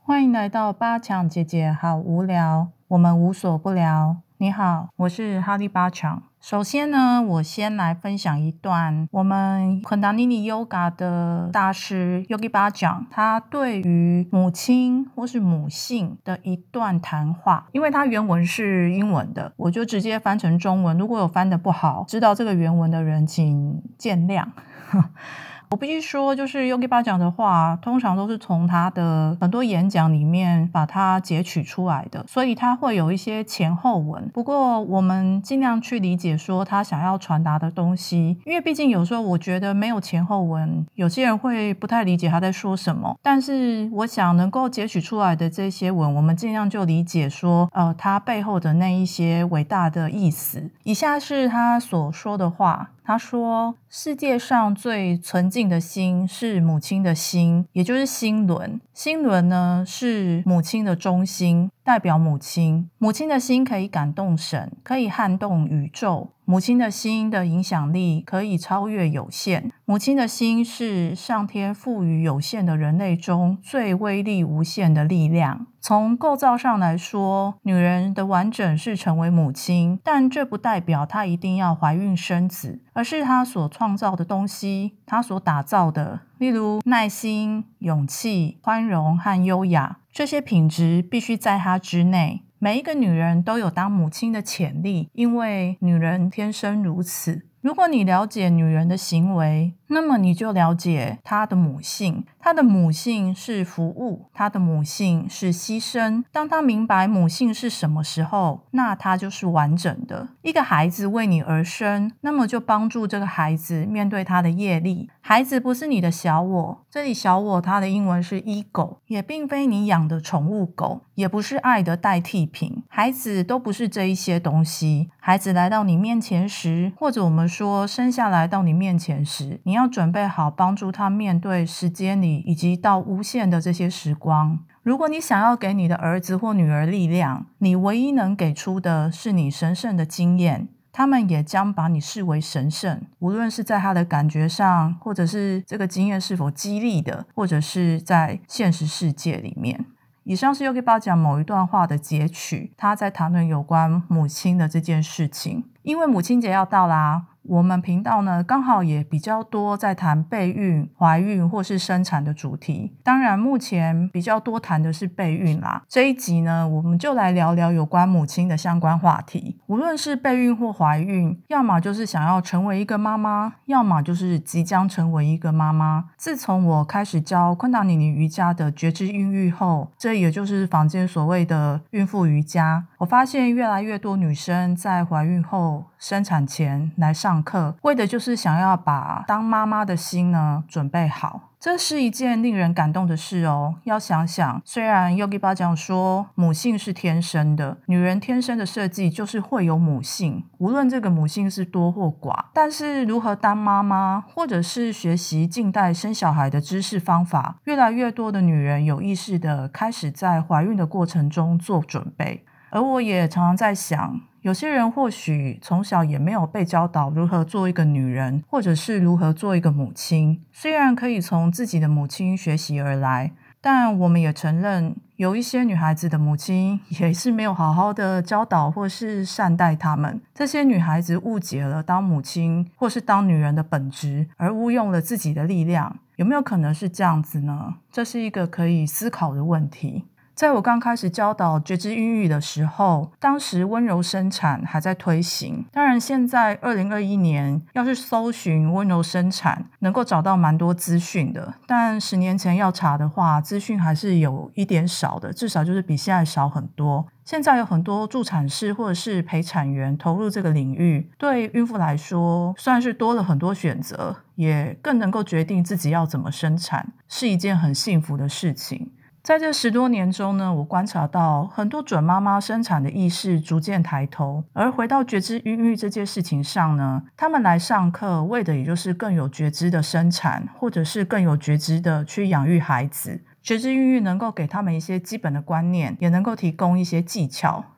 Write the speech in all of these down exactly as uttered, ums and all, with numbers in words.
欢迎来到八强姐姐好无聊，我们无所不聊。你好，我是哈利八强。首先呢，我先来分享一段我们昆达尼尼 Yoga 的大师 Yogi Bhajan 他对于母亲或是母性的一段谈话。因为他原文是英文的，我就直接翻成中文，如果有翻得不好，知道这个原文的人请见谅。我必须说，就是 Yogi Bhajan 的话通常都是从他的很多演讲里面把它截取出来的，所以他会有一些前后文。不过我们尽量去理解说他想要传达的东西，因为毕竟有时候我觉得没有前后文，有些人会不太理解他在说什么。但是我想能够截取出来的这些文，我们尽量就理解说呃，他背后的那一些伟大的意思。以下是他所说的话，他说，世界上最纯净的心是母亲的心，也就是心轮。心轮呢是母亲的中心，代表母亲。母亲的心可以感动神，可以撼动宇宙。母亲的心的影响力可以超越有限。母亲的心是上天赋予有限的人类中最威力无限的力量。从构造上来说，女人的完整是成为母亲，但这不代表她一定要怀孕生子，而是她所创造的东西，她所打造的，例如耐心、勇气、宽容和优雅，这些品质必须在她之内。每一个女人都有当母亲的潜力，因为女人天生如此。如果你了解女人的行为，那么你就了解她的母性。她的母性是服务，她的母性是牺牲。当她明白母性是什么时候，那她就是完整的。一个孩子为你而生，那么就帮助这个孩子面对他的业力。孩子不是你的小我，这里小我它的英文是 ego， 也并非你养的宠物狗，也不是爱的代替品。孩子都不是这一些东西。孩子来到你面前时，或者我们说生下来到你面前时，你要准备好帮助他面对时间里以及到无限的这些时光。如果你想要给你的儿子或女儿力量，你唯一能给出的是你神圣的经验，他们也将把你视为神圣，无论是在他的感觉上，或者是这个经验是否激励的，或者是在现实世界里面。以上是 Yogi Bhajan 某一段话的截取，他在谈论有关母亲的这件事情。因为母亲节要到啦，我们频道呢刚好也比较多在谈备孕、怀孕或是生产的主题。当然目前比较多谈的是备孕啦。这一集呢，我们就来聊聊有关母亲的相关话题。无论是备孕或怀孕，要么就是想要成为一个妈妈，要么就是即将成为一个妈妈。自从我开始教昆达尼尼瑜伽的觉知孕育后，这也就是坊间所谓的孕妇瑜伽，我发现越来越多女生在怀孕后生产前来上课，为的就是想要把当妈妈的心呢准备好。这是一件令人感动的事哦。要想想，虽然 Yogi Bhajan 说母性是天生的，女人天生的设计就是会有母性，无论这个母性是多或寡。但是如何当妈妈，或者是学习近代生小孩的知识方法，越来越多的女人有意识的开始在怀孕的过程中做准备。而我也常常在想，有些人或许从小也没有被教导如何做一个女人，或者是如何做一个母亲。虽然可以从自己的母亲学习而来，但我们也承认有一些女孩子的母亲也是没有好好的教导或是善待她们。这些女孩子误解了当母亲或是当女人的本质，而误用了自己的力量。有没有可能是这样子呢？这是一个可以思考的问题。在我刚开始教导觉知孕育的时候，当时温柔生产还在推行。当然现在二零二一年要是搜寻温柔生产能够找到蛮多资讯的，但十年前要查的话，资讯还是有一点少的，至少就是比现在少很多。现在有很多助产士或者是陪产员投入这个领域，对孕妇来说算是多了很多选择，也更能够决定自己要怎么生产，是一件很幸福的事情。在这十多年中呢，我观察到很多准妈妈生产的意识逐渐抬头，而回到觉知孕育这件事情上呢，他们来上课为的也就是更有觉知的生产，或者是更有觉知的去养育孩子。觉知孕育能够给他们一些基本的观念，也能够提供一些技巧，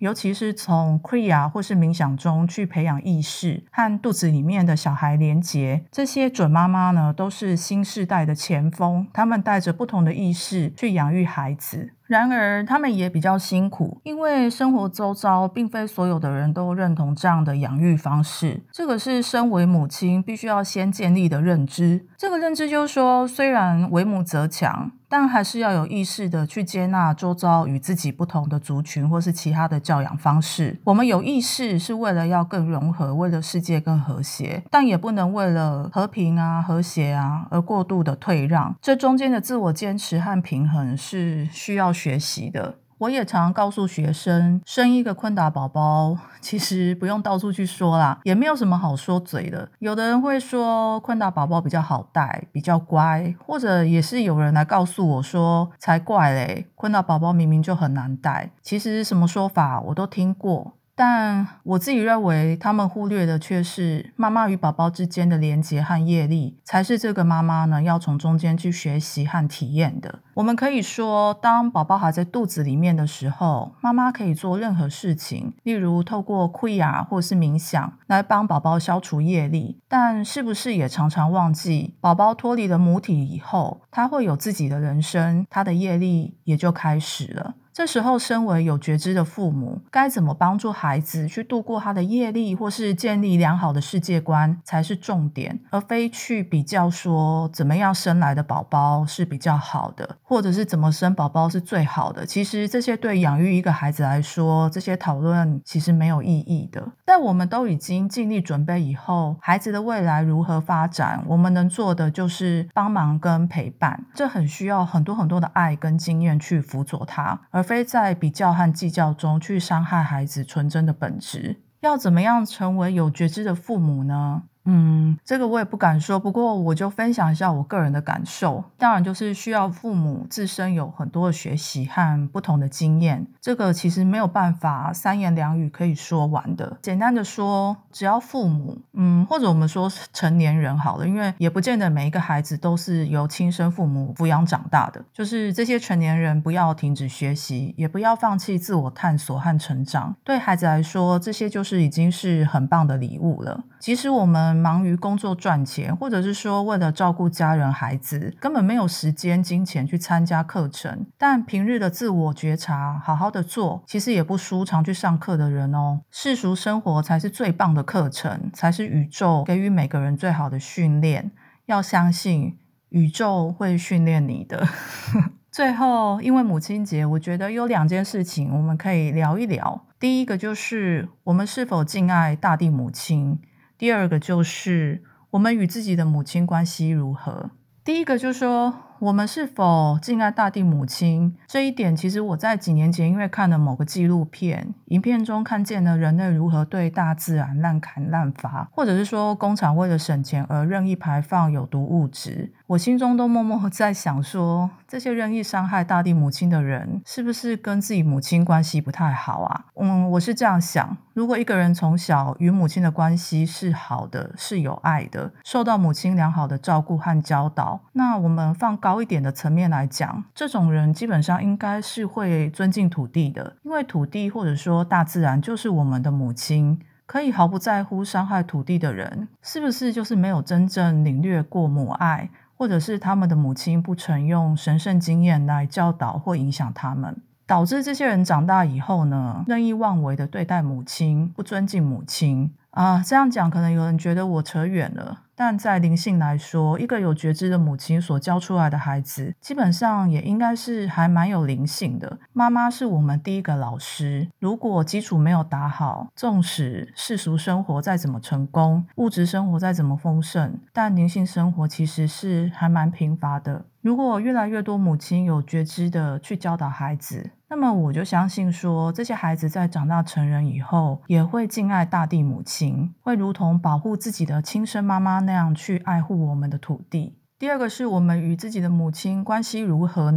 尤其是从 Kriya 或是冥想中去培养意识和肚子里面的小孩连结。这些准妈妈呢，都是新世代的前锋，她们带着不同的意识去养育孩子。然而他们也比较辛苦，因为生活周遭并非所有的人都认同这样的养育方式，这个是身为母亲必须要先建立的认知。这个认知就是说，虽然为母则强，但还是要有意识的去接纳周遭与自己不同的族群或是其他的教养方式。我们有意识是为了要更融合，为了世界更和谐，但也不能为了和平啊、和谐啊而过度的退让。这中间的自我坚持和平衡是需要学习的。我也常告诉学生，生一个昆达宝宝其实不用到处去说啦，也没有什么好说嘴的。有的人会说昆达宝宝比较好带，比较乖，或者也是有人来告诉我说才怪嘞，昆达宝宝明明就很难带。其实什么说法我都听过，但我自己认为他们忽略的却是妈妈与宝宝之间的连结和业力，才是这个妈妈呢要从中间去学习和体验的。我们可以说，当宝宝还在肚子里面的时候，妈妈可以做任何事情，例如透过 Kriya 或是冥想来帮宝宝消除业力，但是不是也常常忘记宝宝脱离了母体以后，他会有自己的人生，他的业力也就开始了。这时候身为有觉知的父母，该怎么帮助孩子去度过他的业力，或是建立良好的世界观才是重点，而非去比较说怎么样生来的宝宝是比较好的，或者是怎么生宝宝是最好的。其实这些对养育一个孩子来说，这些讨论其实没有意义的。但我们都已经尽力准备以后，孩子的未来如何发展，我们能做的就是帮忙跟陪伴，这很需要很多很多的爱跟经验去辅佐他，而非在比较和计较中去伤害孩子纯真的本质。要怎么样成为有觉知的父母呢？嗯，这个我也不敢说，不过我就分享一下我个人的感受。当然就是需要父母自身有很多的学习和不同的经验，这个其实没有办法三言两语可以说完的。简单的说，只要父母嗯，或者我们说成年人好了，因为也不见得每一个孩子都是由亲生父母抚养长大的，就是这些成年人不要停止学习，也不要放弃自我探索和成长。对孩子来说，这些就是已经是很棒的礼物了。即使我们忙于工作赚钱，或者是说为了照顾家人孩子，根本没有时间金钱去参加课程，但平日的自我觉察好好的做，其实也不输常去上课的人哦。世俗生活才是最棒的课程，才是宇宙给予每个人最好的训练。要相信宇宙会训练你的最后，因为母亲节，我觉得有两件事情我们可以聊一聊。第一个就是我们是否敬爱大地母亲，第二个就是我们与自己的母亲关系如何。第一个就是说我们是否敬爱大地母亲，这一点其实我在几年前因为看了某个纪录片，影片中看见了人类如何对大自然滥砍滥伐，或者是说工厂为了省钱而任意排放有毒物质，我心中都默默在想说，这些任意伤害大地母亲的人是不是跟自己母亲关系不太好啊？嗯，我是这样想，如果一个人从小与母亲的关系是好的，是有爱的，受到母亲良好的照顾和教导，那我们放高一点的层面来讲，这种人基本上应该是会尊敬土地的，因为土地或者说大自然就是我们的母亲。可以毫不在乎伤害土地的人，是不是就是没有真正领略过母爱，或者是他们的母亲不曾用神圣经验来教导或影响他们，导致这些人长大以后呢，任意妄为的对待母亲，不尊敬母亲啊。这样讲可能有人觉得我扯远了，但在灵性来说，一个有觉知的母亲所教出来的孩子，基本上也应该是还蛮有灵性的。妈妈是我们第一个老师，如果基础没有打好，纵使世俗生活再怎么成功，物质生活再怎么丰盛，但灵性生活其实是还蛮贫乏的。如果越来越多母亲有觉知的去教导孩子，那么我就相信说，这些孩子在长大成人以后，也会敬爱大地母亲，会如同保护自己的亲生妈妈那样去爱护我们的土地。第二个是我们与自己的母亲关系如何呢？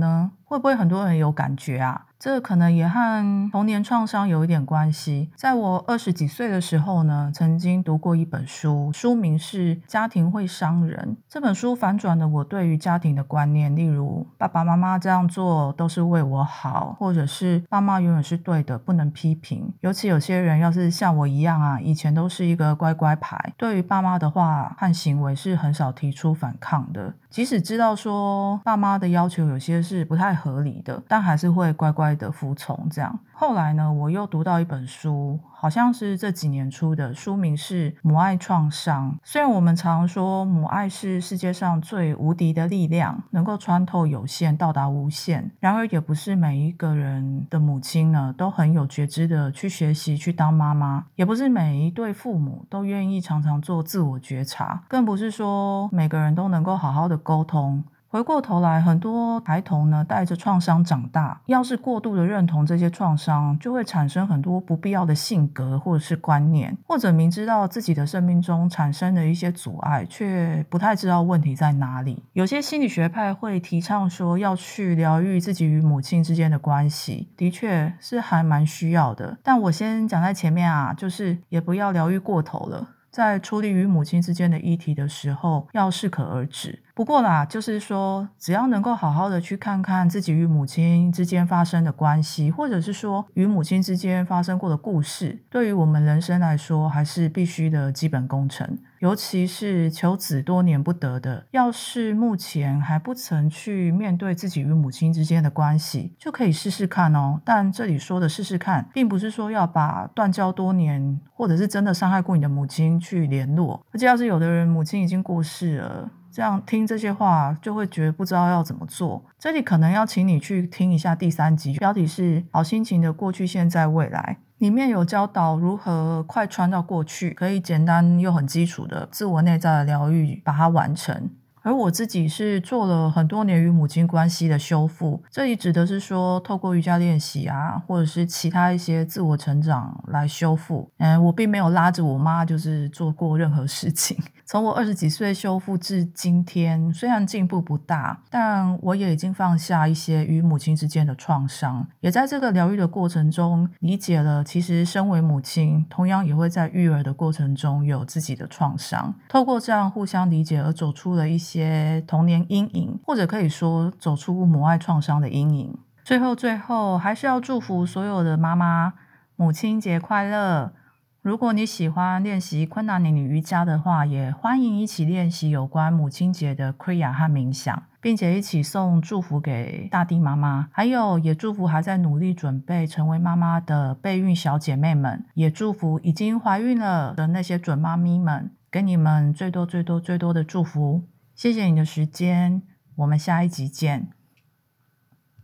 会不会很多人有感觉啊？这可能也和童年创伤有一点关系。在我二十几岁的时候呢，曾经读过一本书，书名是《家庭会伤人》。这本书反转了我对于家庭的观念，例如爸爸妈妈这样做都是为我好，或者是爸妈永远是对的，不能批评。尤其有些人要是像我一样啊，以前都是一个乖乖牌，对于爸妈的话和行为是很少提出反抗的，即使知道说爸妈的要求有些是不太合理的，但还是会乖乖的服从这样。后来呢，我又读到一本书，好像是这几年出的，书名是《母爱创伤》。虽然我们常说母爱是世界上最无敌的力量，能够穿透有限到达无限，然而也不是每一个人的母亲呢都很有觉知的去学习去当妈妈，也不是每一对父母都愿意常常做自我觉察，更不是说每个人都能够好好的沟通。回过头来，很多孩童呢带着创伤长大，要是过度的认同这些创伤，就会产生很多不必要的性格或者是观念，或者明知道自己的生命中产生了一些阻碍，却不太知道问题在哪里。有些心理学派会提倡说要去疗愈自己与母亲之间的关系，的确是还蛮需要的，但我先讲在前面啊，就是也不要疗愈过头了，在处理与母亲之间的议题的时候要适可而止。不过啦，就是说只要能够好好的去看看自己与母亲之间发生的关系，或者是说与母亲之间发生过的故事，对于我们人生来说还是必须的基本工程。尤其是求子多年不得的，要是目前还不曾去面对自己与母亲之间的关系，就可以试试看哦。但这里说的试试看，并不是说要把断交多年或者是真的伤害过你的母亲去联络，而且要是有的人母亲已经过世了，这样听这些话就会觉得不知道要怎么做。这里可能要请你去听一下第三集，标题是好心情的过去现在未来，里面有教导如何快穿到过去，可以简单又很基础的自我内在的疗愈把它完成。而我自己是做了很多年与母亲关系的修复，这里指的是说透过瑜伽练习啊，或者是其他一些自我成长来修复。嗯，我并没有拉着我妈就是做过任何事情。从我二十几岁修复至今天，虽然进步不大，但我也已经放下一些与母亲之间的创伤，也在这个疗愈的过程中理解了其实身为母亲同样也会在育儿的过程中有自己的创伤，透过这样互相理解而走出了一些童年阴影，或者可以说走出母爱创伤的阴影。最后最后还是要祝福所有的妈妈母亲节快乐。如果你喜欢练习昆达尼尼瑜伽的话，也欢迎一起练习有关母亲节的 Kriya 和冥想，并且一起送祝福给大地妈妈，还有也祝福还在努力准备成为妈妈的备孕小姐妹们，也祝福已经怀孕了的那些准妈咪们，给你们最多最多最多的祝福。谢谢你的时间，我们下一集见。